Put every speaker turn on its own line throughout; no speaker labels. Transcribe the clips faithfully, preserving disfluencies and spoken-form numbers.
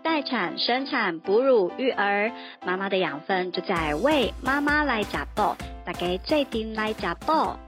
待产、生产、哺乳、育儿，妈妈的养分就在为妈妈来吃饱，大家做阵来吃饱。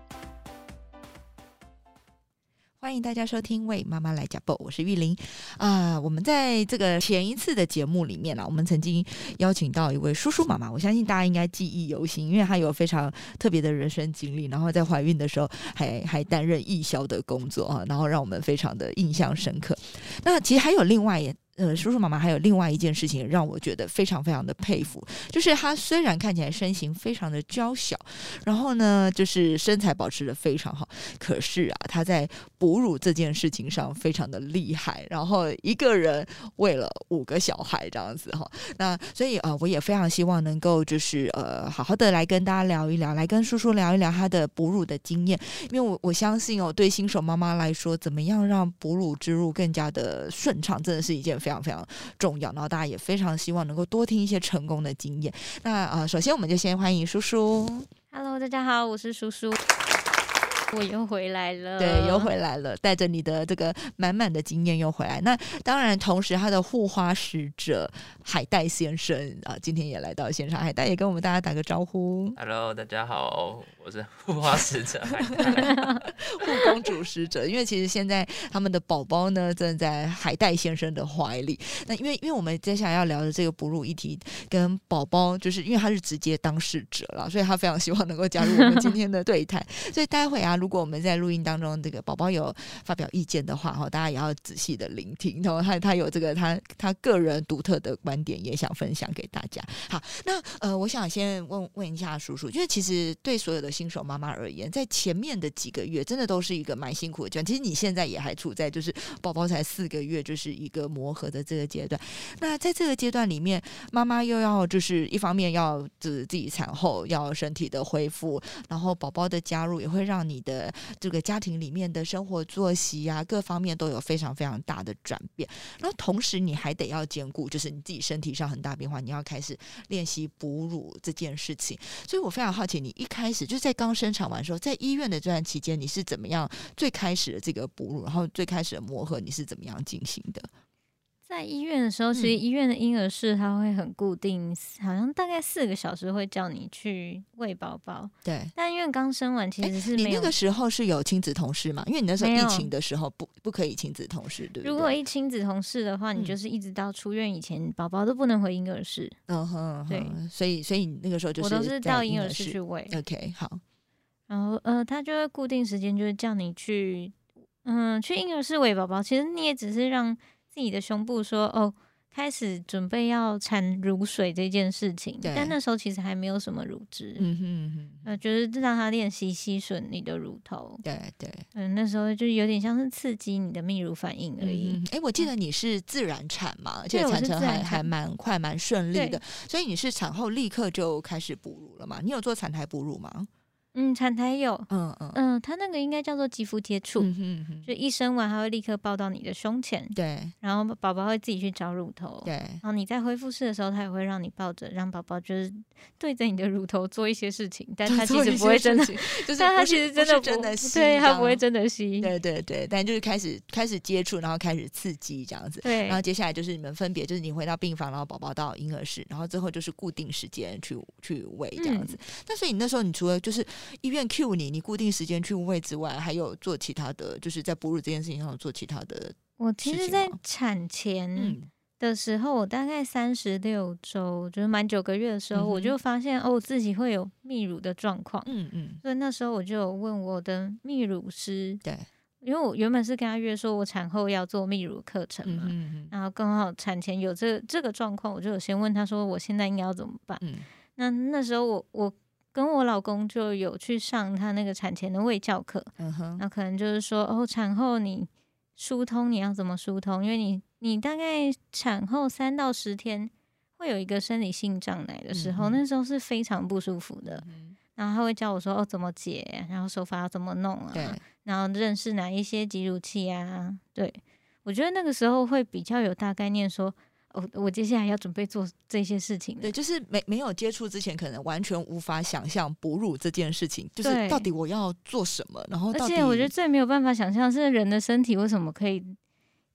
欢迎大家收听为妈妈来讲报，我是玉玲啊、呃。我们在这个前一次的节目里面啊，我们曾经邀请到一位叔叔妈妈，我相信大家应该记忆犹新，因为她有非常特别的人生经历，然后在怀孕的时候还还担任义消的工作啊，然后让我们非常的印象深刻。那其实还有另外也。呃，叔叔妈妈还有另外一件事情让我觉得非常非常的佩服，就是她虽然看起来身形非常的娇小，然后呢就是身材保持得非常好，可是啊她在哺乳这件事情上非常的厉害，然后一个人喂了五个小孩这样子哈。那所以呃我也非常希望能够就是呃好好的来跟大家聊一聊，来跟叔叔聊一聊他的哺乳的经验，因为我我相信哦，对新手妈妈来说，怎么样让哺乳之路更加的顺畅，真的是一件非常非常非常重要，然后大家也非常希望能够多听一些成功的经验。那呃，首先我们就先欢迎叔叔。
Hello， 大家好，我是叔叔。我又回来了，
对，又回来了，带着你的这个满满的经验又回来。那当然，同时他的护花使者海带先生啊，今天也来到现场。海带也跟我们大家打个招呼。
Hello， 大家好，我是护花使者海带，
护公主使者。因为其实现在他们的宝宝呢，正在海带先生的怀里。那因为因为我们接下来要聊的这个哺乳议题，跟宝宝就是因为他是直接当事者啦，所以他非常希望能够加入我们今天的对谈。所以待会啊。如果我们在录音当中，这个宝宝有发表意见的话，大家也要仔细的聆听。然后他他有这个他他个人独特的观点，也想分享给大家。好，那呃，我想先问问一下叔叔，因为其实对所有的新手妈妈而言，在前面的几个月，真的都是一个蛮辛苦的阶段。其实你现在也还处在就是宝宝才四个月，就是一个磨合的这个阶段。那在这个阶段里面，妈妈又要就是一方面要自自己产后要身体的恢复，然后宝宝的加入也会让你的的这个家庭里面的生活作息啊，各方面都有非常非常大的转变。然后同时你还得要兼顾，就是你自己身体上很大变化，你要开始练习哺乳这件事情。所以我非常好奇，你一开始就是在刚生产完的时候，在医院的这段期间，你是怎么样最开始的这个哺乳，然后最开始的磨合，你是怎么样进行的？
在医院的时候，其实医院的婴儿室它会很固定，好像大概四个小时会叫你去喂宝宝。
对，
但因为刚生完其实是没有。
你那个时候是有亲子同事吗？因为你那时候疫情的时候不不可以亲子同事，对不对？
如果一亲子同事的话，你就是一直到出院以前，宝宝都不能回婴儿室。
嗯哼，
对，
所以所以你那个时候就是
我都是到婴儿室去喂。
OK， 好。
然后呃，他就会固定时间，就是叫你去，嗯，去婴儿室喂宝宝。其实你也只是让自己的胸部说哦。开始准备要产乳水这件事情，但那时候其实还没有什么乳汁，嗯哼嗯哼，呃，就是让他练习吸吮你的乳头，对对，嗯，那时候就有点像是刺激你的泌乳反应而已。哎、
嗯，我记得你是自然产嘛，而且产程还还蛮快蛮顺利的，所以你是产后立刻就开始哺乳了嘛？你有做产台哺乳吗？
嗯，产台有，
嗯嗯
嗯，它那个应该叫做肌肤接触，嗯哼哼，就一生完它会立刻抱到你的胸前，对，然后宝宝会自己去找乳头，对，然后你在恢复室的时候，它也会让你抱着，让宝宝就是对着你的乳头做一些事情，但它其实不会真的，就是但它其实真的不真的吸，对，它不会真的吸，
对对对，但就是开始开始接触，然后开始刺激这样子，对，然后接下来就是你们分别就是你回到病房，然后宝宝到婴儿室，然后之后就是固定时间去去喂这样子。那、嗯、所以你那时候你除了就是医院 cue 你，你固定时间去喂之外，还有做其他的，就是在哺乳这件事情上做其他的。
我其实，在产前的时候，嗯、我大概三十六周，就是满九个月的时候，嗯、我就发现哦，我自己会有泌乳的状况。嗯嗯，所以那时候我就有问我的泌乳师，对，因为我原本是跟他约说，我产后要做泌乳课程嘛，嗯嗯然后刚好产前有这这个状况，我就有先问他说，我现在应该要怎么办？嗯、那那时候我我。跟我老公就有去上他那个产前的卫教课，嗯哼，那可能就是说哦，产后你疏通你要怎么疏通？因为你你大概产后三到十天会有一个生理性胀奶的时候，嗯、那时候是非常不舒服的。嗯、然后他会教我说哦怎么解，然后手法要怎么弄啊，然后认识哪一些挤乳器啊。对，我觉得那个时候会比较有大概念说。哦，我接下来要准备做这些事情。
对，就是没没有接触之前，可能完全无法想象哺乳这件事情，就是到底我要做什么，然后到底。
而且我觉得最没有办法想象是人的身体为什么可以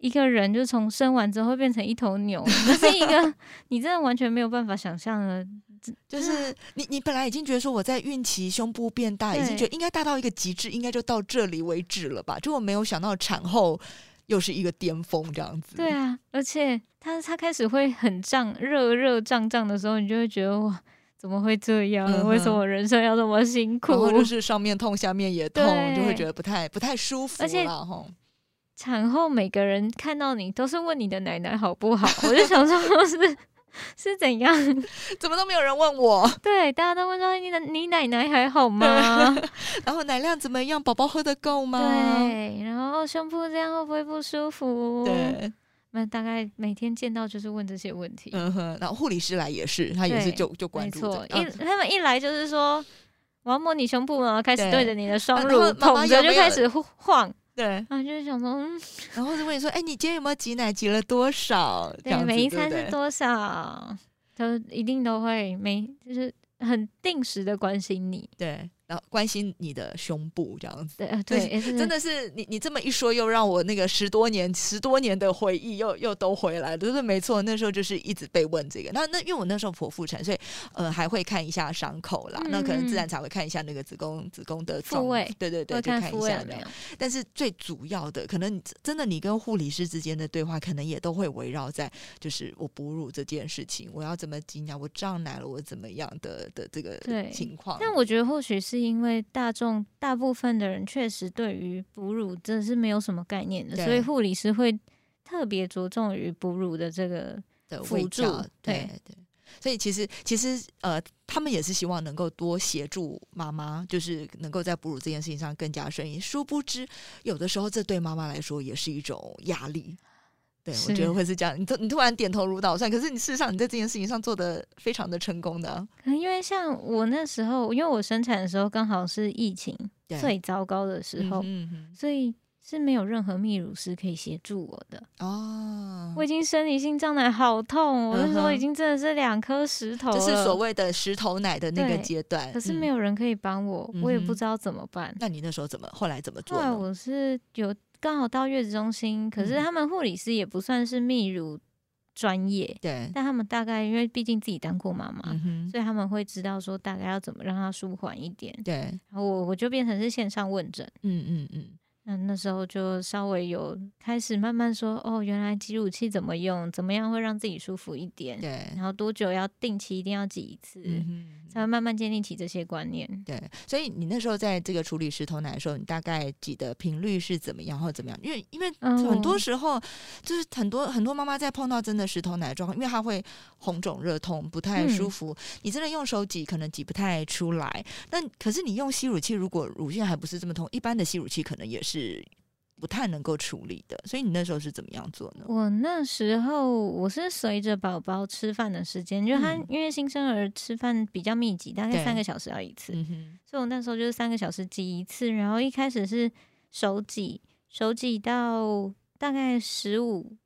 一个人就从生完之后会变成一头牛，这是一个你真的完全没有办法想象的。
就是你你本来已经觉得说我在孕期胸部变大，已经觉得应该大到一个极致，应该就到这里为止了吧？就我没有想到产后又是一个巅峰这样子。
对啊，而且它它开始会很胀，热热胀胀的时候，你就会觉得哇，怎么会这样？嗯、为什么人生要这么辛苦？
然后就是上面痛，下面也痛，就会觉得不太不太舒服了。
而且产后每个人看到你都是问你的奶奶好不好，我就想说是。是怎样？
怎么都没有人问我？
对，大家都问说你的你奶奶还好吗？
然后奶量怎么样？宝宝喝得够吗？
对，然后胸部这样会不会不舒服？
对，
那大概每天见到就是问这些问题。
嗯哼，然后护理师来也是，他也是就就关注的。
没错，一他们一来就是说我要摸你胸部嘛，开始对着你的双乳捧着就开始晃。对，然后就是想说，嗯，
然后就问你说，哎、欸，你今天有没有挤奶？挤了多少？
对，每一餐是多少，都一定都会每就是很定时的关心你，
对，然后关心你的胸部这样子。
对对，
对真的是你你这么一说，又让我那个十多年十多年的回忆又又都回来了，对对，没错，那时候就是一直被问这个。那那因为我那时候剖腹产，所以呃还会看一下伤口啦，嗯、那可能自然才会看一下那个子宫子宫的
复位，
对对对，就看一下没有。但是最主要的，可能真的你跟护理师之间的对话，可能也都会围绕在就是我哺乳这件事情，我要怎么挤奶，我胀奶了，我怎么样的的这个情况。
但我觉得或许是因为大众大部分的人确实对于哺乳真的是没有什么概念的，所以护理师会特别着重于哺乳的这个辅助。
对对，所以其实其实呃，他们也是希望能够多协助妈妈，就是能够在哺乳这件事情上更加顺利。殊不知，有的时候这对妈妈来说也是一种压力。对，我觉得会是这样。你突你突然点头如捣蒜，可是你事实上你在这件事情上做的非常的成功的、啊。
因为像我那时候，因为我生产的时候刚好是疫情最糟糕的时候，嗯、哼哼所以是没有任何泌乳师可以协助我的。哦，我已经生理性胀奶好痛，我那时候已经真的是两颗石头了，
就是所谓的石头奶的那个阶段。
可是没有人可以帮我，嗯、我也不知道怎么办。
那你那时候怎么后来怎么做呢？
后来我是有。刚好到月子中心，可是他们护理师也不算是泌乳专业，对，但他们大概因为毕竟自己当过妈妈、嗯，所以他们会知道说大概要怎么让它舒缓一点，对。然后我我就变成是线上问诊，嗯嗯嗯。那那时候就稍微有开始慢慢说，哦，原来挤乳器怎么用，怎么样会让自己舒服一点，对。然后多久要定期一定要挤一次，嗯、才会慢慢建立起这些观念。
对，所以你那时候在这个处理石头奶的时候，你大概挤的频率是怎么样，或者怎么样？因为因为很多时候、哦、就是很多很多妈妈在碰到真的石头奶的状况，因为她会红肿热痛，不太舒服、嗯，你真的用手挤可能挤不太出来。那可是你用吸乳器，如果乳腺还不是这么痛，一般的吸乳器可能也是。是不太能够处理的，所以你那时候是怎么样做呢？
我那时候我是随着宝宝吃饭的时间，就他、嗯、因为新生儿吃饭比较密集，大概三个小时要一次、嗯，所以我那时候就是三个小时挤一次，然后一开始是手挤，手挤到大概十五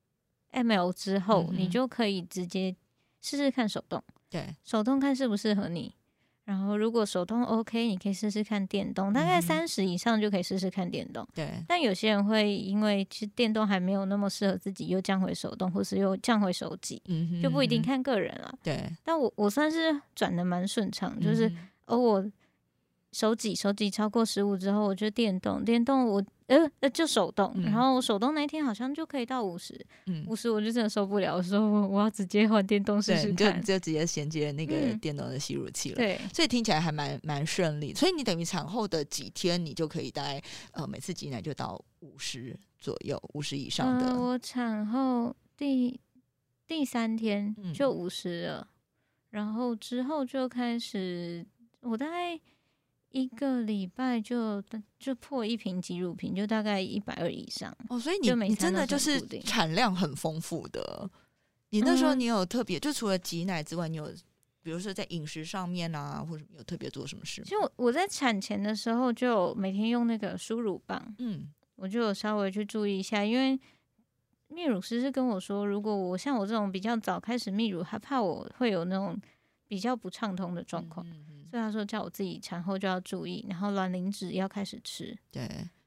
ml 之后、嗯，你就可以直接试试看手动，对，手动看适不适合你。然后如果手动 OK， 你可以试试看电动，大概三十以上就可以试试看电动。对、嗯，但有些人会因为其实电动还没有那么适合自己，又降回手动，或是又降回手挤、嗯，就不一定看个人了。对，但我我算是转的蛮顺畅，就是、嗯、哦我手挤手挤超过十五之后，我就电动电动我呃呃就手动、嗯，然后我手动那一天好像就可以到五十，五十我就真的受不了，我说我我要直接换电动试试看，
就就直接衔接那个电动的吸乳器了。嗯、对，所以听起来还蛮蛮顺利。所以你等于产后的几天，你就可以大概呃每次挤奶就到五十左右，五十以上的。
呃、我产后第第三天就五十了、嗯，然后之后就开始我大概。一个礼拜就就破一瓶挤乳瓶，就大概一百二以上
哦，所以你你真的就是产量很丰富的。你那时候你有特别、嗯，就除了挤奶之外，你有比如说在饮食上面啊，或者有特别做什么事吗？
其实我我在产前的时候就每天用那个输乳棒，嗯，我就有稍微去注意一下，因为泌乳师是跟我说，如果我像我这种比较早开始泌乳，他怕我会有那种比较不畅通的状况。嗯嗯，所以他说叫我自己产后就要注意，然后卵磷脂要开始吃。对，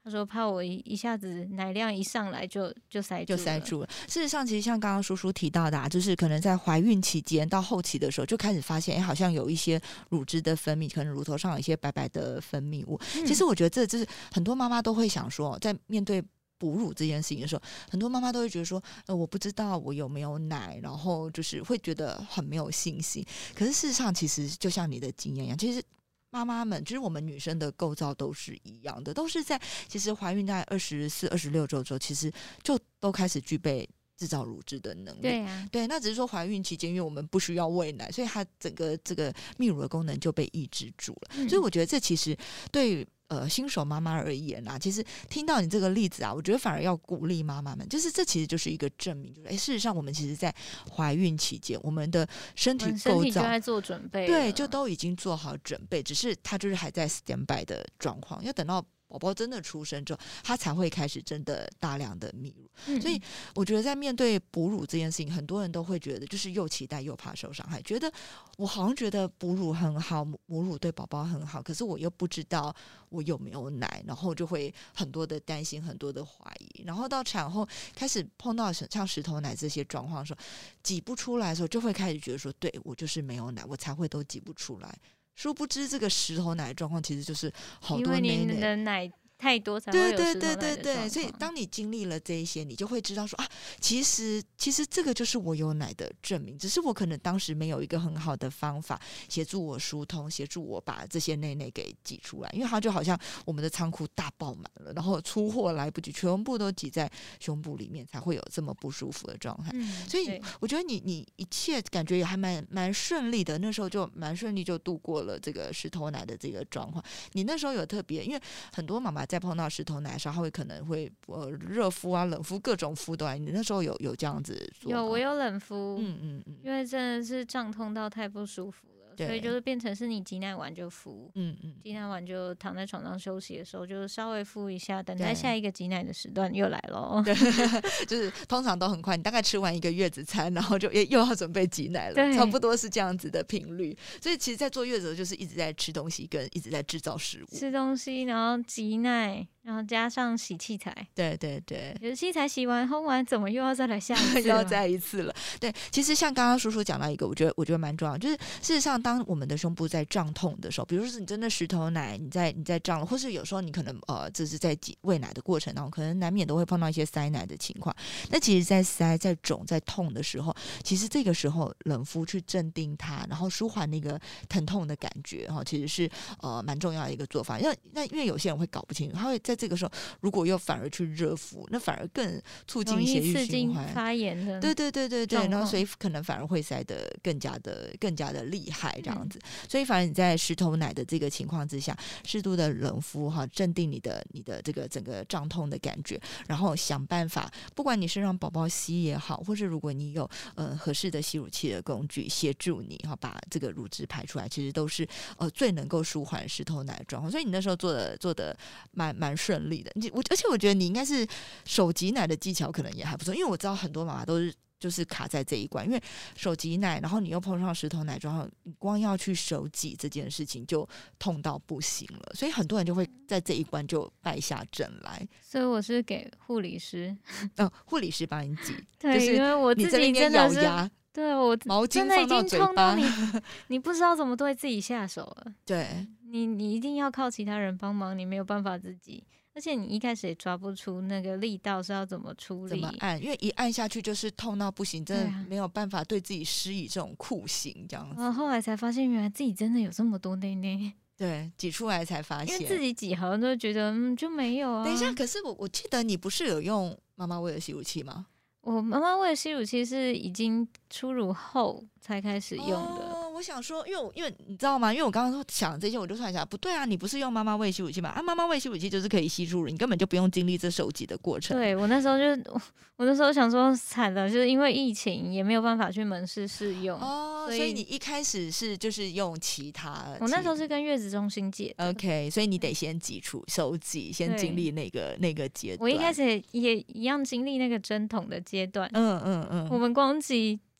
他说怕我一一下子奶量一上来就就塞住了，
就塞住了。事实上，其实像刚刚叔叔提到的、啊，就是可能在怀孕期间到后期的时候，就开始发现，哎，好像有一些乳汁的分泌，可能乳头上有一些白白的分泌物。嗯、其实我觉得这就是很多妈妈都会想说，在面对哺乳这件事情的时候，很多妈妈都会觉得说，呃，我不知道我有没有奶，然后就是会觉得很没有信心。可是事实上，其实就像你的经验一样，其实妈妈们，就是我们女生的构造都是一样的，都是在其实怀孕大概二十四、二十六周之后，其实就都开始具备制造乳汁的能力。
对啊，
对，那只是说怀孕期间，因为我们不需要喂奶，所以它整个这个泌乳的功能就被抑制住了。嗯、所以我觉得这其实对呃新手妈妈而言啊，其实听到你这个例子啊，我觉得反而要鼓励妈妈们，就是这其实就是一个证明，就是哎，事实上我们其实在怀孕期间，我们的身体构造，
身体就在做准备，
对，就都已经做好准备，只是它就是还在 stand by 的状况，要等到宝宝真的出生之后，他才会开始真的大量的泌乳。嗯、所以我觉得在面对哺乳这件事情，很多人都会觉得就是又期待又怕受伤害，觉得我好像觉得哺乳很好，母乳对宝宝很好，可是我又不知道我有没有奶，然后就会很多的担心，很多的怀疑，然后到产后开始碰到像石头奶这些状况的时候，挤不出来的时候，就会开始觉得说，对，我就是没有奶，我才会都挤不出来。殊不知这个石头奶的状况其实就是好多奶奶，
因为你的奶太多才会有石头奶的状况。
对对对对对，所以当你经历了这一些，你就会知道说啊，其实其实这个就是我有奶的证明，只是我可能当时没有一个很好的方法协助我疏通，协助我把这些内内给挤出来，因为它就好像我们的仓库大爆满了，然后出货来不及，全部都挤在胸部里面，才会有这么不舒服的状态。嗯、所以我觉得你你一切感觉也还蛮蛮顺利的，那时候就蛮顺利就度过了这个石头奶的这个状况。你那时候有特别，因为很多妈妈在碰到石头奶的时候，她会可能会呃热敷啊、冷敷各种敷都来。你那时候有有这样子做吗？
有，我有冷敷，
嗯嗯嗯，
因为真的是胀痛到太不舒服了，所以就是变成是你挤奶完就敷，嗯嗯，挤奶完就躺在床上休息的时候，就稍微敷一下，等待下一个挤奶的时段又来咯。
对，就是通常都很快，你大概吃完一个月子餐，然后就又要准备挤奶了，差不多是这样子的频率。所以其实，在坐月子就是一直在吃东西，跟一直在制造食物，
吃东西，然后挤奶。然后加上洗器材，
对对对，
有器材洗完烘完，怎么又要再来下一次？
又要再一次了。对，其实像刚刚叔叔讲到一个，我觉得我觉得蛮重要，就是事实上，当我们的胸部在胀痛的时候，比如说你真的石头奶，你在你在胀了，或是有时候你可能呃，这是在喂奶的过程当中，可能难免都会碰到一些塞奶的情况。那其实，在塞、在肿、在痛的时候，其实这个时候冷敷去镇定它，然后舒缓那个疼痛的感觉，哈，其实是呃蛮重要的一个做法。因为那因为有些人会搞不清楚，他会在这个时候，如果又反而去热敷，那反而更促进血液循环，
发炎的，
对对对对对，然后所以可能反而会塞得更加的更加的厉害这样子。嗯、所以反而你在石头奶的这个情况之下，适度的冷敷哈，镇定你的你的这个整个胀痛的感觉，然后想办法，不管你是让宝宝吸也好，或是如果你有呃合适的吸乳器的工具协助你哈，把这个乳汁排出来，其实都是呃最能够舒缓石头奶的状况。所以你那时候做的做的蛮蛮顺利的。你我而且我觉得你应该是手挤奶的技巧可能也还不错，因为我知道很多妈妈都是就是卡在这一关，因为手挤奶，然后你又碰上石头奶状况，你光要去手挤这件事情就痛到不行了，所以很多人就会在这一关就败下阵来。
所以我是给护理师，
嗯、哦，护理师帮你挤，
对，
就是
因为我自己真的是。对，我
毛
真的已经痛到你，你不知道怎么对自己下手了。
对，
你你一定要靠其他人帮忙，你没有办法自己。而且你一开始也抓不出那个力道是要怎么处理，
怎么按，因为一按下去就是痛到不行，真的没有办法对自己施以这种酷刑这样子。
然后后来才发现，原来自己真的有这么多内内。
对，挤出来才发现，
因为自己挤好像都觉得嗯就没有啊。
等一下，可是我我记得你不是有用妈妈喂的吸乳器吗？
我妈妈喂的吸乳器是已经出乳后才开始用的。
哦，我想说，因为因为你知道吗？因为我刚刚想这些，我就突然想，不对啊，你不是用妈妈喂吸乳器吗？啊，妈妈喂吸乳器就是可以吸出乳，你根本就不用经历这手挤的过程。
对，我那时候就，我那时候想说惨了，就是因为疫情也没有办法去门市试用。
哦，所以, 所以你一开始是就是用其他，
我那时候是跟月子中心借的。
OK， 所以你得先挤出手挤，先经历那个那个阶段。
我一开始也也一样经历那个针筒的阶段。
嗯嗯嗯，
我们光挤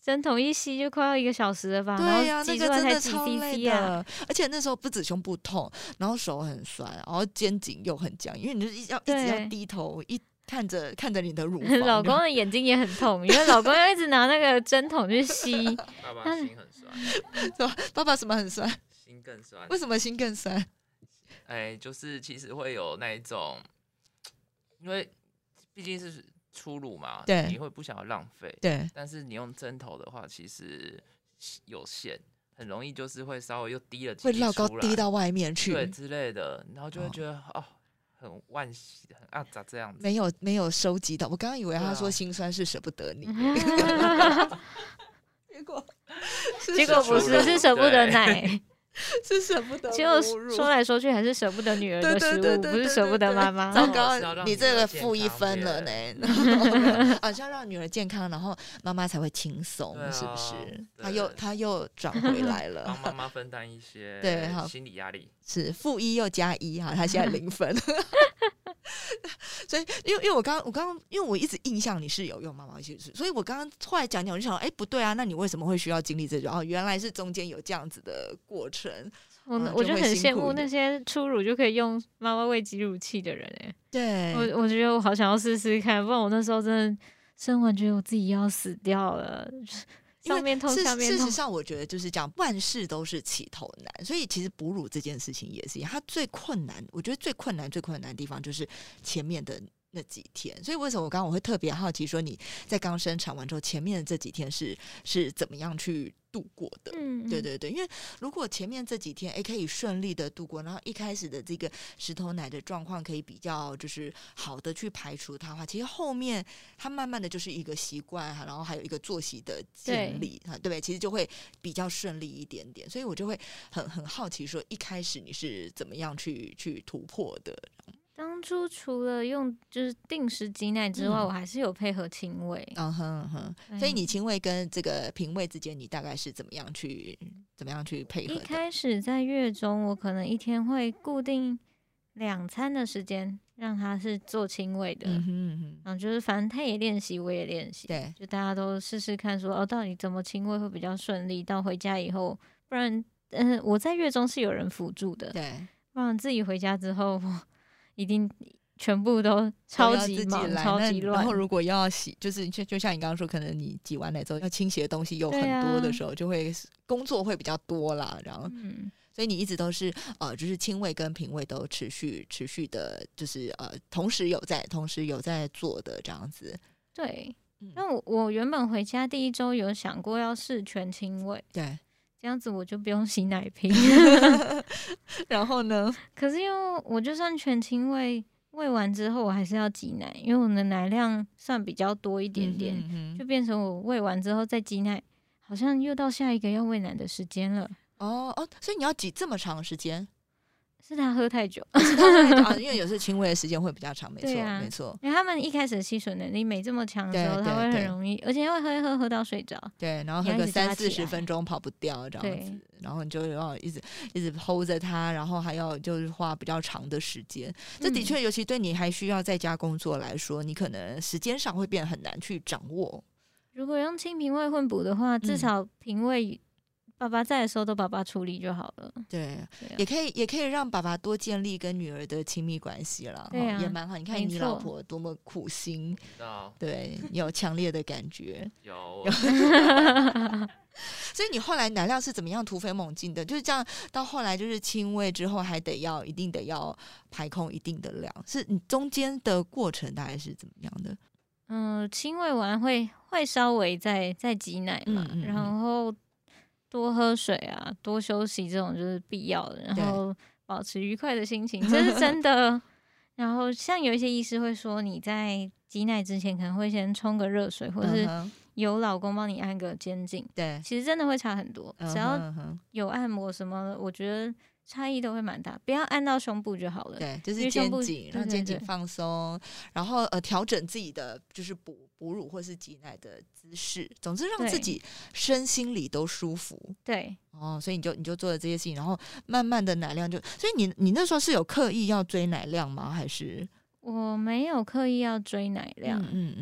针筒一吸就快要一个小时了吧？
对呀、啊，那个真的
几
超累
C C 啊、
的，而且那时候不止胸部痛，然后手很酸，然后肩颈又很僵，因为你就要一直要低头一。看着看着你的乳房，
老公的眼睛也很痛，因为老公要一直拿那个针筒去吸。
爸爸心很酸，
爸爸什么很酸？
心更酸。
为什么心更酸？
哎，就是其实会有那一种，因为毕竟是初乳嘛，
对，
你会不想要浪费，
对。
但是你用针头的话，其实有限，很容易就是会稍微又低了几滴出来，
会绕高低到外面去，
对之类的，然后就会觉得 哦, 哦很惋惜，很啊咋这样子？
没有没有收集到，我刚刚以为他说心酸是舍不得你，
啊、
结果
结果不是，是舍不得奶。
是舍不得，
结果说来说去还是舍不得女儿的食物，不是舍不得妈妈。
糟糕，你这个负一分了呢。好像让女儿健康，然后妈妈才会轻松，啊、是不是？她又她又转回来了，
帮妈妈分担一些
对好
心理压力。
是负一又加一哈，她现在零分。所以，因为因为我刚刚我刚刚因为我一直印象你是有用妈妈技术，所以我刚刚后来讲讲，我就想，哎，不对啊，那你为什么会需要经历这种？哦，原来是中间有这样子的过程。
我、啊、我就很羡慕那些初乳就可以用妈妈喂挤乳器的人哎、欸。
对，
我我觉得我好想要试试看，不然我那时候真的生完觉得我自己要死掉了。上面痛下面痛。
事实上，我觉得就是讲万事都是起头难，所以其实哺乳这件事情也是一样，它最困难，我觉得最困难、最困难的地方就是前面的那几天。所以为什么我刚刚我会特别好奇，说你在刚生产完之后，前面的这几天是是怎么样去度过的？
嗯，
对对对，因为如果前面这几天哎可以顺利的度过，然后一开始的这个石头奶的状况可以比较就是好的去排除它的话，其实后面它慢慢的就是一个习惯，然后还有一个作息的建立，对不对？其实就会比较顺利一点点。所以我就会很很好奇，说一开始你是怎么样去去突破的？
当初除了用就是定时挤奶之外、嗯，我还是有配合亲喂。
嗯哼哼，所以你亲喂跟这个瓶喂之间，你大概是怎么样去怎么样去配合的？
一开始在月中，我可能一天会固定两餐的时间，让他是做亲喂的。
嗯哼嗯哼，
然后就是反正他也练习，我也练习，
对，
就大家都试试看说，说哦，到底怎么亲喂会比较顺利。到回家以后，不然，嗯、呃，我在月中是有人辅助的，
对，
不然自己回家之后。一定全部都超级忙，超级乱。
然后如果要洗，就是就就像你刚刚说，可能你挤完奶之后要清洗的东西有很多的时候，啊、就会工作会比较多啦。然后，嗯、所以你一直都是呃，就是亲喂跟瓶喂都持续持续的，就是呃，同时有在同时有在做的这样子。
对，那、嗯、我我原本回家第一周有想过要试全亲喂，
对。
这样子我就不用洗奶瓶
然后呢？
可是因为我就算全亲喂喂完之后，我还是要挤奶，因为我的奶量算比较多一点点，嗯哼嗯哼就变成我喂完之后再挤奶，好像又到下一个要喂奶的时间了。
哦哦，所以你要挤这么长时间？
是他喝太久，
是他喝太久啊，因为有时候亲喂的时间会比较长，没错、
啊、
没错。
因为他们一开始的吸吮能力没这么强的时候，他会很容易，而且会喝一喝喝到睡着。
对，然后喝个三四十分钟跑不掉这样子，然后你就要一直一直 hold 着他，然后还要就是花比较长的时间。这的确，尤其对你还需要在家工作来说，你可能时间上会变得很难去掌握。
如果用亲瓶喂混哺的话，至少瓶喂。爸爸在的时候都爸爸处理就好了。
对，对啊、也可以也可以让爸爸多建立跟女儿的亲密关系啦，
对啊，
也蛮好。你看你老婆多么苦心，对，有强烈的感觉。
有。
所以你后来奶量是怎么样突飞猛进的？就是这样，到后来就是亲喂之后，还得要一定得要排空一定的量，是你中间的过程大概是怎么样的？
嗯，亲喂完会会稍微再再挤奶嘛，嗯嗯嗯然后。多喝水啊，多休息，这种就是必要的。然后保持愉快的心情，这是真的。然后像有一些医师会说，你在挤奶之前可能会先冲个热水，或是有老公帮你按个肩颈。
对，
其实真的会差很多。只要有按摩什么的，我觉得差异都会蛮大。不要按到胸部就好了。
对，就是肩颈，让肩颈放松，然后呃调整自己的就是哺哺乳或是挤奶的姿势，总之让自己身心里都舒服。
对，
哦，所以你就你就做了这些事情，然后慢慢的奶量就，所以你你那时候是有刻意要追奶量吗？还是
我没有刻意要追奶量？
嗯嗯嗯。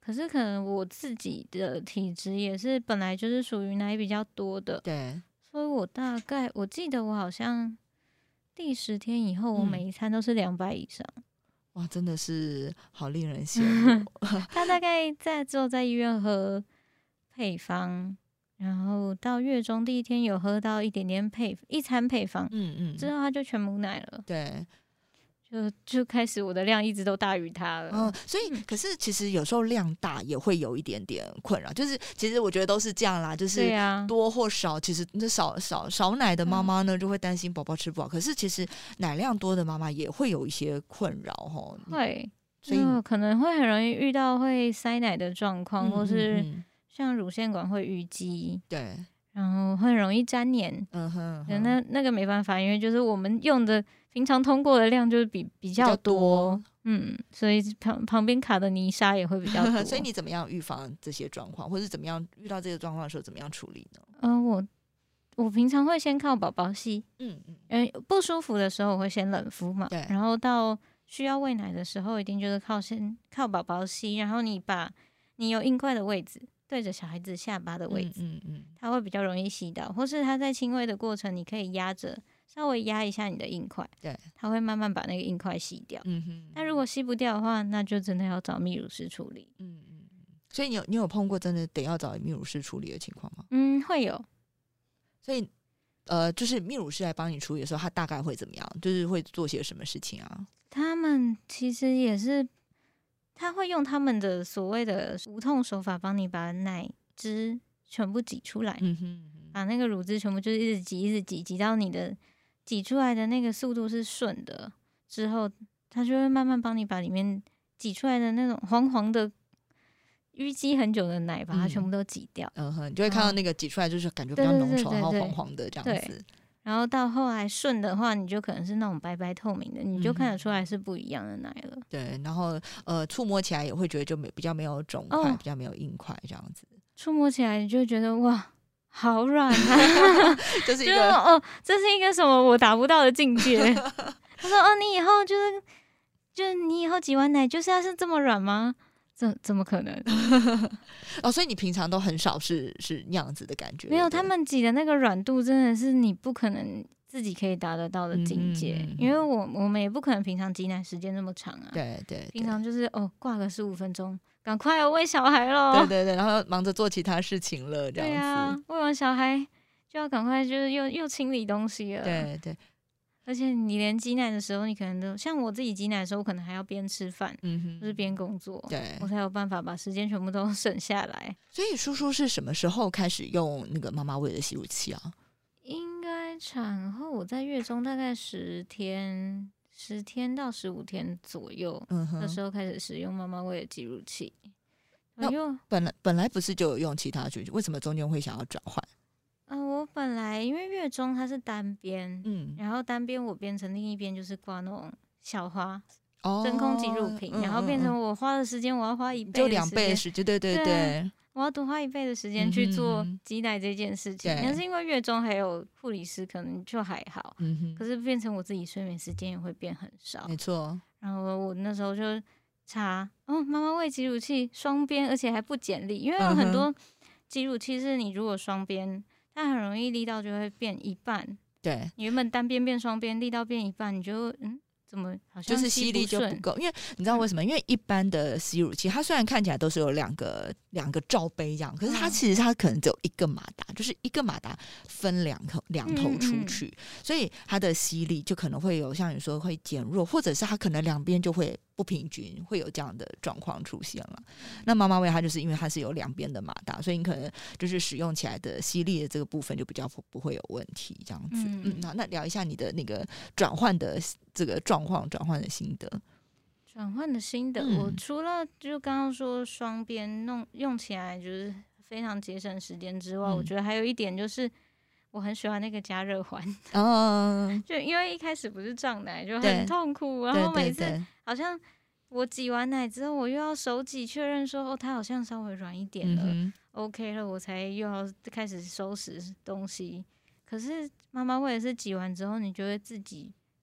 可是可能我自己的体质也是本来就是属于奶比较多的，
对，
所以我大概我记得我好像第十天以后，我每一餐都是两百以上。嗯，
哇，真的是好令人羡慕。
他大概在之后在医院喝配方，然后到月中第一天有喝到一点点配一餐配方，嗯嗯，之后他就全母奶了。
对。
就就开始我的量一直都大于他了，
嗯，所以可是其实有时候量大也会有一点点困扰，就是其实我觉得都是这样啦，就是多或少，其实那少少少奶的妈妈呢就会担心宝宝吃不饱，可是其实奶量多的妈妈也会有一些困扰齁。
会，所以可能会很容易遇到会塞奶的状况，嗯，或是像乳腺管会淤积，
对，
然后很容易沾黏，嗯哼哼，那那个没办法，因为就是我们用的。平常通过的量就是比比较多，比较多嗯，所以旁旁边卡的泥沙也会比较多。
所以你怎么样预防这些状况，或是怎么样遇到这个状况的时候怎么样处理呢？
嗯、呃，我我平常会先靠宝宝吸，嗯嗯，呃，不舒服的时候我会先冷敷嘛，对，然后到需要喂奶的时候，一定就是靠先靠宝宝吸，然后你把你有硬块的位置对着小孩子下巴的位置，嗯嗯嗯，他会比较容易吸到，或是他在亲喂的过程，你可以压着。稍微压一下你的硬块，对，它会慢慢把那个硬块吸掉。嗯哼，但如果吸不掉的话，那就真的要找泌乳师处理。
嗯嗯，所以你有你有碰过真的得要找泌乳师处理的情况吗？
嗯，会有。
所以呃，就是泌乳师来帮你处理的时候，他大概会怎么样？就是会做些什么事情啊？
他们其实也是，他会用他们的所谓的无痛手法，帮你把奶汁全部挤出来。嗯哼，把那个乳汁全部就是一直挤，一直挤，挤到你的。挤出来的那个速度是顺的，之后它就会慢慢帮你把里面挤出来的那种黄黄的淤积很久的奶，把它全部都挤掉。
嗯哼，你就会看到那个挤出来就是感觉比较浓稠，然后黄黄的这样子。
然后到后来顺的话，你就可能是那种白白透明的，你就看得出来是不一样的奶了。
嗯、对，然后呃，触摸起来也会觉得就没比较没有肿块、哦，比较没有硬块这样子。
触摸起来你就会觉得哇。好软啊！
这是一个
哦，这是一个什么我达不到的境界？他说：“哦，你以后就是，就是你以后挤完奶就是要是这么软吗？怎怎么可能？
哦，所以你平常都很少是是那样子的感觉？
没有，他们挤的那个软度真的是你不可能自己可以达得到的境界，嗯、因为我我们也不可能平常挤奶时间那么长啊。
对 对, 对，
平常就是哦挂个十五分钟。”赶快要喂小孩咯。
对对对，然后忙着做其他事情了，这样子。对
啊，喂完小孩就要赶快就是又又清理东西了。
对对，
而且你连挤奶的时候，你可能都像我自己挤奶的时候，我可能还要边吃饭，嗯哼，或是边工作，对，我才有办法把时间全部都省下来。
所以叔叔是什么时候开始用那个妈妈喂的吸乳器啊？
应该产后我在月中大概十天。十天到十五天左右，嗯哼，那时候开始使用妈妈喂的挤乳器。
那本来本来不是就有用其他举，为什么中间会想要转换？
嗯、呃，我本来因为月中它是单边，嗯，然后单边我变成另一边就是挂那种小花。哦、真空挤乳瓶、嗯，然后变成我花的时间，我要花一倍的时间，
就两倍的时间，对对 对, 对，
我要多花一倍的时间去做挤奶这件事情。但是因为月中还有护理师，可能就还好、嗯。可是变成我自己睡眠时间也会变很少，
没错。
然后我那时候就查，哦，妈妈喂挤乳器双边，而且还不减力，因为有很多挤乳器是你如果双边，它很容易力道就会变一半。
对，
你原本单边变双边，力道变一半，你就嗯。怎么好像
就是吸力就不够？因为你知道为什么？因为一般的吸乳器，它虽然看起来都是有两个两个罩杯一样，可是它其实它可能只有一个马达，就是一个马达分两头两头出去，嗯嗯，所以它的吸力就可能会有像你说会减弱，或者是它可能两边就会不平均，会有这样的状况出现了。那妈妈喂它就是因为它是有两边的马达，所以你可能就是使用起来的吸力的这个部分就比较不会有问题，这样子。嗯，嗯那那聊一下你的那个转换的这个状况，转换的心得。
转换的心得、嗯，我除了就刚刚说双边弄用起来就是非常节省时间之外、嗯，我觉得还有一点就是我很喜欢那个加热环。哦，就因为一开始不是胀奶就很痛苦，然后每次好像我挤完奶之后，我又要手挤确认说哦，它好像稍微软一点了、嗯、，OK 了，我才又要开始收拾东西。可是妈妈喂的是挤完之后，你就会自己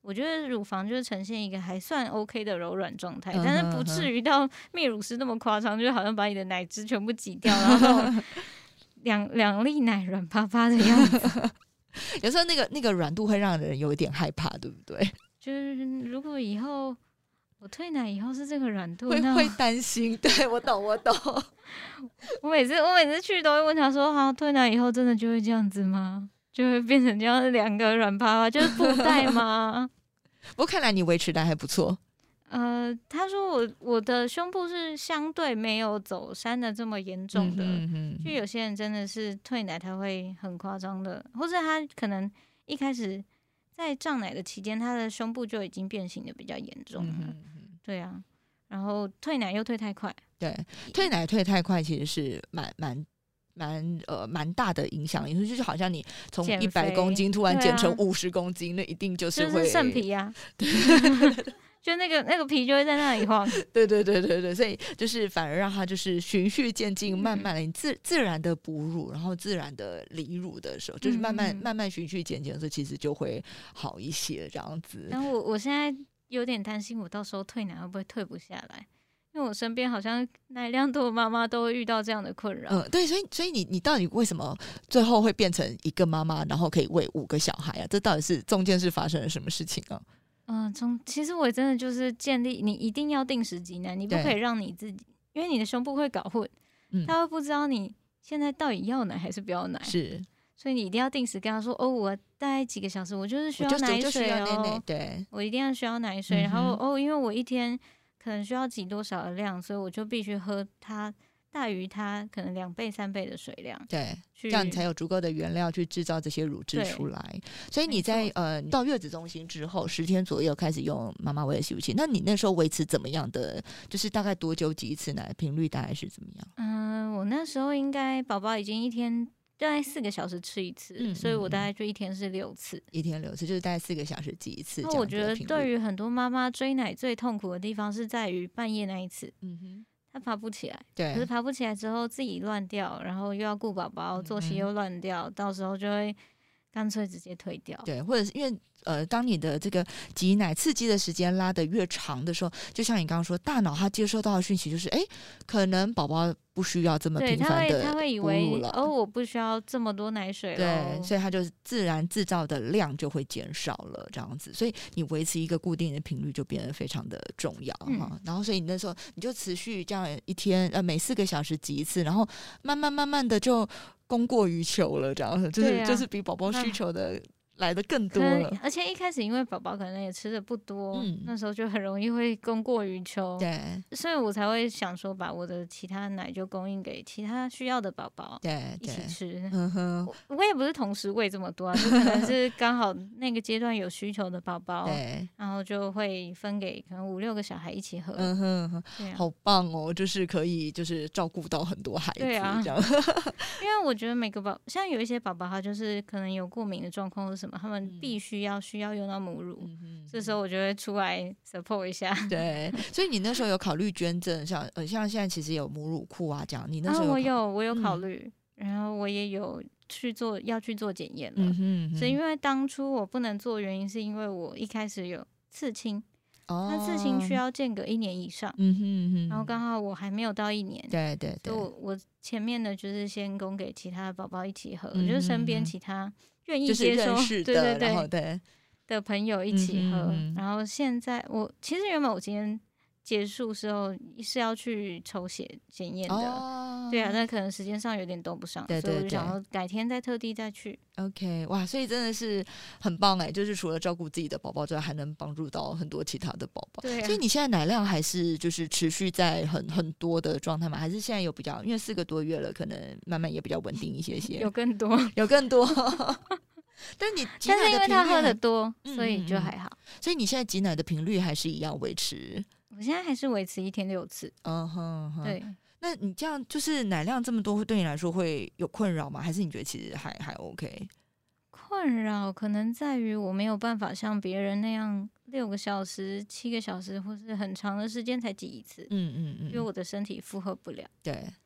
我觉得乳房就是呈现一个还算 OK 的柔软状态，但是不至于到泌乳师那么夸张，就是好像把你的奶汁全部挤掉，然后两两粒奶软趴趴的样子。
有时候那个那个软度会让人有一点害怕，对不对？
就是如果以后我退奶以后是这个软度，
会会担心。对，我懂，我懂。
我每次我每次去都会问他说：“好、啊，退奶以后真的就会这样子吗？就会变成这样两个软趴趴，就是布袋吗？”
不过看来你维持的还不错。
呃，他说我我的胸部是相对没有走山的这么严重的，嗯哼哼，就有些人真的是退奶他会很夸张的，或者他可能一开始在胀奶的期间，他的胸部就已经变形的比较严重了，嗯哼哼，对啊，然后退奶又退太快，
对，退奶退太快其实是蛮蛮。蛮呃蛮大的影响，就是好像你从一百公斤突然减成五十公斤，啊，那一定就是会
肾皮啊，就那个那个皮就会在那里晃。
对对对对对，所以就是反而让它就是循序渐进，慢慢的你自自然的哺乳，然后自然的离乳的时候，就是慢慢、嗯、慢慢循序渐进的时候，其实就会好一些这样子。
然后我我现在有点担心，我到时候退奶会不会退不下来？因为我身边好像奶量多的妈妈都会遇到这样的困扰。
嗯，对，所以所以你你到底为什么最后会变成一个妈妈，然后可以喂五个小孩啊？这到底是中间是发生了什么事情啊？
嗯，从其实我真的就是建立，你一定要定时挤奶，你不可以让你自己，因为你的胸部会搞混，嗯，他会不知道你现在到底要奶还是不要奶，
是，
所以你一定要定时跟他说，哦，我大概几个小时我就是需要奶水哦，
奶奶对，
我一定要需要奶水，嗯，然后哦，因为我一天可能需要挤多少的量，所以我就必须喝它大于它可能两倍三倍的水量，
对，这样你才有足够的原料去制造这些乳汁出来。所以你在呃到月子中心之后十天左右开始用妈妈喂的吸乳器，那你那时候维持怎么样的？就是大概多久挤一次奶？频率大概是怎么样？
嗯，我那时候应该宝宝已经一天大概四个小时吃一次，嗯，所以我大概就一天是六次，
一天六次就是大概四个小时挤一次。
那我觉得对于很多妈妈追奶最痛苦的地方是在于半夜那一次，嗯哼，她爬不起来，对，可是爬不起来之后自己乱掉，然后又要顾宝宝，作息又乱掉，嗯，到时候就会干脆直接退掉。
对，或者是因为呃，当你的这个挤奶刺激的时间拉得越长的时候，就像你刚刚说，大脑它接收到的讯息就是，哎，可能宝宝不需要这么频繁的哺乳了，
他会以为哦，我不需要这么多奶水了，
对，所以它就自然制造的量就会减少了，这样子，所以你维持一个固定的频率就变得非常的重要哈，嗯。然后，所以你那时候你就持续这样一天呃每四个小时挤一次，然后慢慢慢慢的就供过于求了，这样子，就是，啊，就是比宝宝需求的。来的更多了，
而且一开始因为宝宝可能也吃的不多，嗯，那时候就很容易会供过于求，
对，
所以我才会想说把我的其他奶就供应给其他需要的宝宝，
对，
一起吃。
嗯哼，
我, 我也不是同时喂这么多，啊，就可能是刚好那个阶段有需求的宝宝，对，然后就会分给可能五六个小孩一起喝。
嗯哼哼，啊，好棒哦，就是可以就是照顾到很多孩子，对啊，这样。
因为我觉得每个宝，像有一些宝宝他就是可能有过敏的状况。什么？他们必须要需要用到母乳，嗯，这时候我就会出来 support 一下。
对，所以你那时候有考虑捐赠，像呃像现在其实有母乳库啊，这样你那时候有，
啊，我有我有考虑，嗯，然后我也有去做要去做检验了。嗯哼嗯哼，所以因为当初我不能做，原因是因为我一开始有刺青。哦，那刺青需要间隔一年以上，嗯哼嗯哼，然后刚好我还没有到一年，
对对对，
所以我我前面的就是先供给其他的宝宝一起喝，嗯，就是身边其他愿意接收，
就是，对对对，然后对
的朋友一起喝，
嗯，
然后现在我其实原本我今天结束时候是要去抽血检验的，哦，对啊，但可能时间上有点都不上，对对对，所以我就想说改天再特地再去。
OK， 哇，所以真的是很棒哎，就是除了照顾自己的宝宝之外，还能帮助到很多其他的宝宝。
对，啊，
所以你现在奶量还是就是持续在很很多的状态吗？还是现在有比较，因为四个多月了，可能慢慢也比较稳定一些些，
有更多，
有更多。但你挤奶的频率，
但是因为他喝的多，所以就还好，嗯
嗯。所以你现在挤奶的频率还是一样维持？
我现在还是维持一天六次。
嗯哼哼，
对。
那你这样就是奶量这么多，对你来说会有困扰吗？还是你觉得其实还还 OK？
困扰可能在于我没有办法像别人那样六个小时、七个小时，或是很长的时间才挤一次。嗯嗯嗯，因为我的身体负荷不了。
对。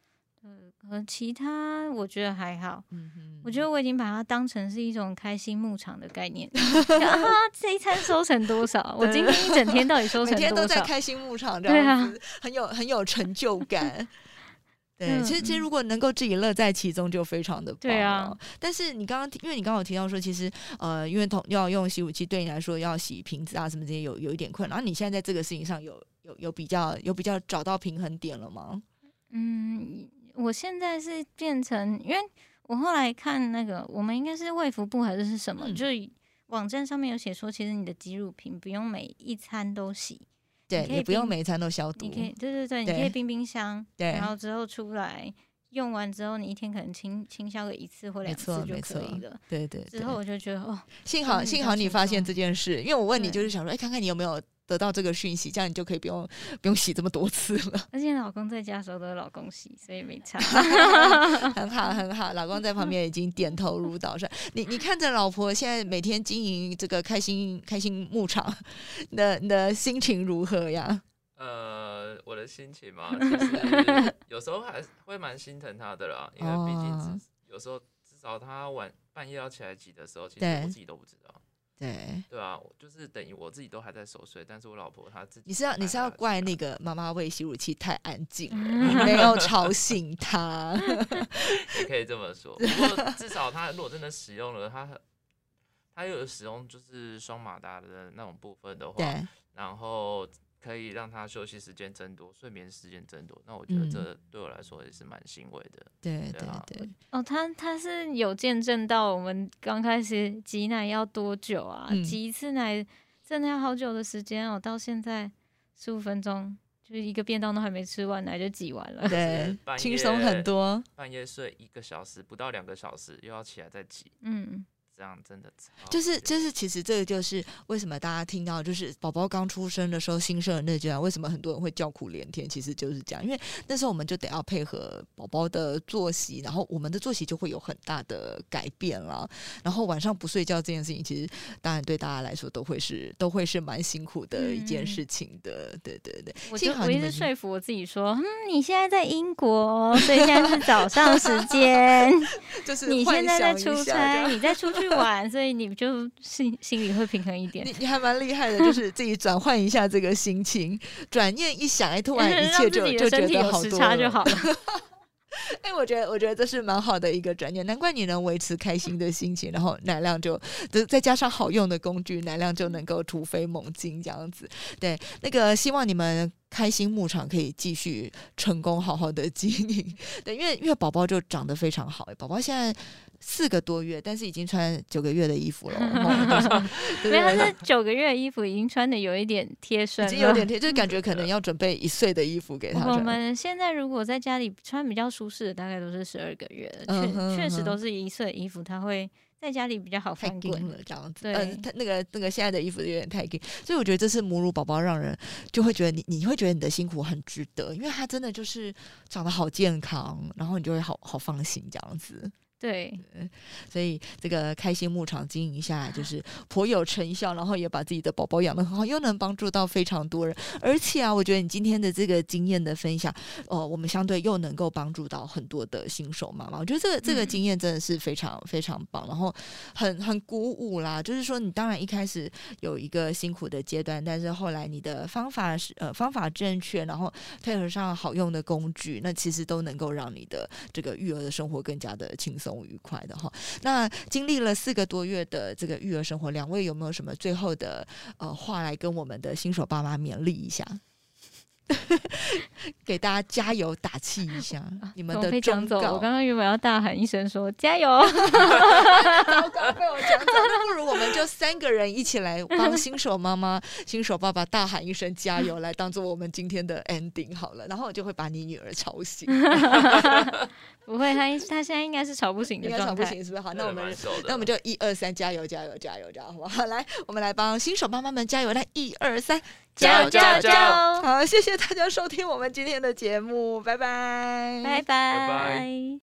呃，其他我觉得还好，嗯哼，我觉得我已经把它当成是一种开心牧场的概念啊，这一餐收成多少？我今天一整天到底收成多少？每
天都在开心牧场这样子，啊、很有很有成就感。对，嗯、其实其实如果能够自己乐在其中，就非常的棒。
对啊，
但是你刚刚因为你刚刚有提到说，其实呃，因为同要用洗乳器对你来说要洗瓶子啊什么这些有有一点困难，然后你现在在这个事情上有有有比较有比较找到平衡点了吗？
嗯，我现在是变成，因为我后来看那个，我们应该是卫福部还是是什么，嗯、就是网站上面有写说，其实你的挤乳瓶不用每一餐都洗。
对，也不用每一餐都消毒。
你可以，对对对，你可以冰冰箱，对，然后之后出来用完之后，你一天可能清清消个一次或两次就可以了。
对 对, 对。
之后我就觉得哦，
幸好幸好你发现这件事，因为我问你就是想说，哎，看看你有没有得到这个讯息，这样你就可以不用不用洗这么多次了。
而且老公在家的时候都是老公洗，所以没差。
很好很好，老公在旁边已经点头如捣蒜。你你看着老婆现在每天经营这个开心开心牧场，你的你的心情如何呀？
呃，我的心情嘛，其实有时候还会蛮心疼他的啦，因为毕竟只、哦、有时候至少他晚半夜要起来挤的时候，其实我自己都不知道。对对啊，就是等于我自己都还在熟睡，但是我老婆她自己，
你是要你是要怪那个妈妈喂洗乳器太安静了，没有吵醒她，
也可以这么说。不过至少她如果真的使用了，她她有使用就是双马达的那种部分的话，然后可以让他休息时间增多，睡眠时间增多，那我觉得这对我来说也是蛮欣慰的。
嗯、对对 对, 对。
哦，他他是有见证到我们刚开始挤奶要多久啊？嗯、挤一次奶真的要好久的时间哦，到现在十五分钟，就是一个便当都还没吃完，奶就挤完了。
对，轻松很多。
半夜睡一个小时，不到两个小时，又要起来再挤。
嗯。
这样真的
就是就是，其实这个就是为什么大家听到就是宝宝刚出生的时候新生儿那阶段，为什么很多人会叫苦连天，其实就是这样，因为那时候我们就得要配合宝宝的作息，然后我们的作息就会有很大的改变了，然后晚上不睡觉这件事情，其实当然对大家来说都会是都会是蛮辛苦的一件事情的。嗯、对对对，
我就我一直说服我自己说，嗯，你现在在英国，所以现在是早上时间，
就是
你现在在出差，你在出去玩，所以你就心心里会平衡一点。
你你还蛮厉害的，就是自己转换一下这个心情，转念一想，哎，突然一切就就觉得好多了。
就好了。
哎、欸，我觉得，我觉得这是蛮好的一个转念，难怪你能维持开心的心情，然后奶量就再加上好用的工具，奶量就能够突飞猛进这样子。对，那个希望你们开心牧场可以继续成功，好好的经营。对，因为因为宝宝就长得非常好，宝宝现在四个多月，但是已经穿九个月的衣服了。
没有，他是九个月的衣服已经穿的有一点贴身了，
已经有点贴，就是感觉可能要准备一岁的衣服给他穿。
我们现在如果在家里穿比较舒适的，大概都是十二个月的，确、嗯、确实都是一岁的衣服，他会在家里比较好翻滚
了这样子。
对，
呃，他那个那个现在的衣服有点太紧，所以我觉得这是母乳宝宝让人就会觉得你你会觉得你的辛苦很值得，因为他真的就是长得好健康，然后你就会好好放心这样子。
对，
所以这个开心牧场经营下来就是颇有成效，然后也把自己的宝宝养得很好，又能帮助到非常多人。而且啊，我觉得你今天的这个经验的分享，呃，我们相对又能够帮助到很多的新手妈妈。我觉得这个这个经验真的是非常非常棒，然后很很鼓舞啦。就是说，你当然一开始有一个辛苦的阶段，但是后来你的方法是呃方法正确，然后配合上好用的工具，那其实都能够让你的这个育儿的生活更加的轻松愉快的哈。那经历了四个多月的这个育儿生活，两位有没有什么最后的呃话来跟我们的新手爸妈勉励一下？给大家加油打气一下，你们的忠告。
我刚刚原本要大喊一声说加油，
糟糕，被我讲走。那不如我们就三个人一起来帮新手妈妈、新手爸爸大喊一声加油，来当做我们今天的 ending 好了。然后我就会把你女儿吵醒。
不会，他他现在应该是吵不醒的状态，
应该吵不醒是不是？好，那我们那我们就一二三，加油加油加油加油，好不好？来，我们来帮新手妈妈们加油，来一二三，
加油加油加油！
好，谢谢大家收听我们今天的节目，拜拜，
拜拜。